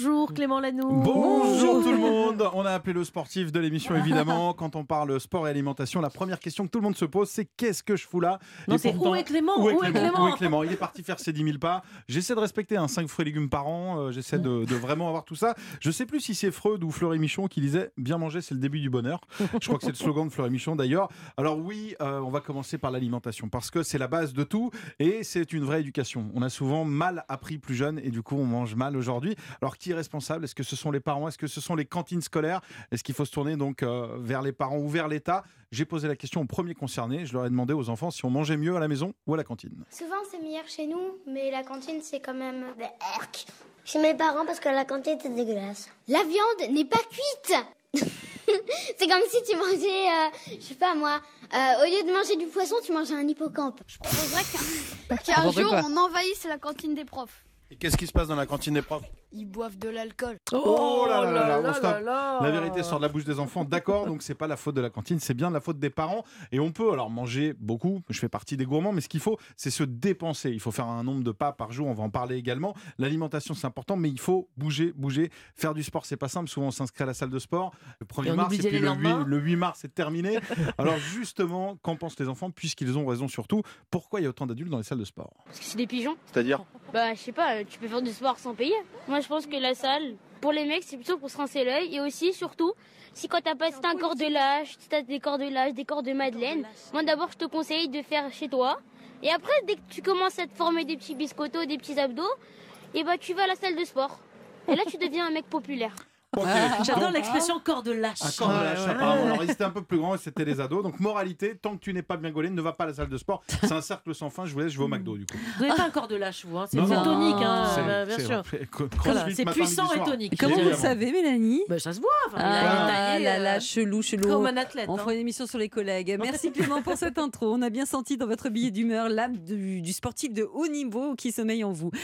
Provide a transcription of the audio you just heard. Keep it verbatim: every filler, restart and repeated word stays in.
Bonjour Clément Lanoux. Bonjour tout le monde. On a appelé le sportif de l'émission évidemment. Quand on parle sport et alimentation, la première question que tout le monde se pose, c'est qu'est-ce que je fous là? Non, et c'est pourtant, où est Clément où est Où Clément, est Clément Où est Clément Il est parti faire ses dix mille pas. J'essaie de respecter un cinq fruits et légumes par an. Euh, j'essaie de, de vraiment avoir tout ça. Je sais plus si c'est Freud ou Fleury Michon qui disait bien manger, c'est le début du bonheur. Je crois que c'est le slogan de Fleury Michon d'ailleurs. Alors oui, euh, on va commencer par l'alimentation parce que c'est la base de tout et c'est une vraie éducation. On a souvent mal appris plus jeune et du coup on mange mal aujourd'hui. Alors qui est responsable? Est-ce que ce sont les parents? Est-ce que ce sont les cantines scolaires? Est-ce qu'il faut se tourner donc euh, vers les parents ou vers l'État? J'ai posé la question aux premiers concernés. Je leur ai demandé aux enfants si on mangeait mieux à la maison ou à la cantine. Souvent c'est meilleur chez nous, mais la cantine c'est quand même des hercs. Chez mes parents parce que la cantine c'est dégueulasse. La viande n'est pas cuite. C'est comme si tu mangeais, euh, je sais pas moi, euh, au lieu de manger du poisson, tu mangeais un hippocampe. Je proposerais qu'un, qu'un jour on envahisse la cantine des profs. Et qu'est-ce qui se passe dans la cantine des profs? Ils boivent de l'alcool. Oh là là là là, là on stop. là là. La vérité sort de la bouche des enfants, d'accord, donc c'est pas la faute de la cantine, c'est bien la faute des parents. Et on peut alors manger beaucoup, je fais partie des gourmands, mais ce qu'il faut, c'est se dépenser. Il faut faire un nombre de pas par jour, on va en parler également. L'alimentation, c'est important, mais il faut bouger, bouger. Faire du sport, c'est pas simple. Souvent, on s'inscrit à la salle de sport le premier Et on mars, oublie et d'y puis aller le le huit, lendemain. le huit mars, c'est terminé. Alors justement, qu'en pensent les enfants, puisqu'ils ont raison surtout? Pourquoi il y a autant d'adultes dans les salles de sport? Parce que c'est des pigeons. C'est-à-dire? Bah, je sais pas, tu peux faire du sport sans payer. Moi, je pense que la salle, pour les mecs, c'est plutôt pour se rincer l'œil. Et aussi, surtout, si quand t'as pas si t'as un corps de lâche, si t'as des corps de lâche, des corps de madeleine, moi d'abord, je te conseille de faire chez toi. Et après, dès que tu commences à te former des petits biscottos, des petits abdos, et bah, tu vas à la salle de sport. Et là, tu deviens un mec populaire. Ok. J'adore Donc, l'expression corps de lâche. un corps de lâche, apparemment. Alors, ils étaient un peu plus grands et c'était les ados. Donc, moralité, tant que tu n'es pas bien gaulé, ne va pas à la salle de sport. C'est un cercle sans fin. Je vous laisse, je vais au McDo, du coup. Vous n'avez pas un corps de lâche, vous. Hein. C'est Non, c'est non. tonique, hein, C'est- euh, bien c'est- sûr. crossfit Voilà, c'est matin, puissant midi, et soir. tonique. Comment vous le Évidemment. savez, Mélanie? Bah, ça se voit. Enfin, il a Ah taillé, là euh, là, chelou, chelou. comme un athlète. On hein. fera une émission sur les collègues. Merci Clément pour cette intro. On a bien senti dans votre billet d'humeur l'âme du, du sportif de haut niveau qui sommeille en vous.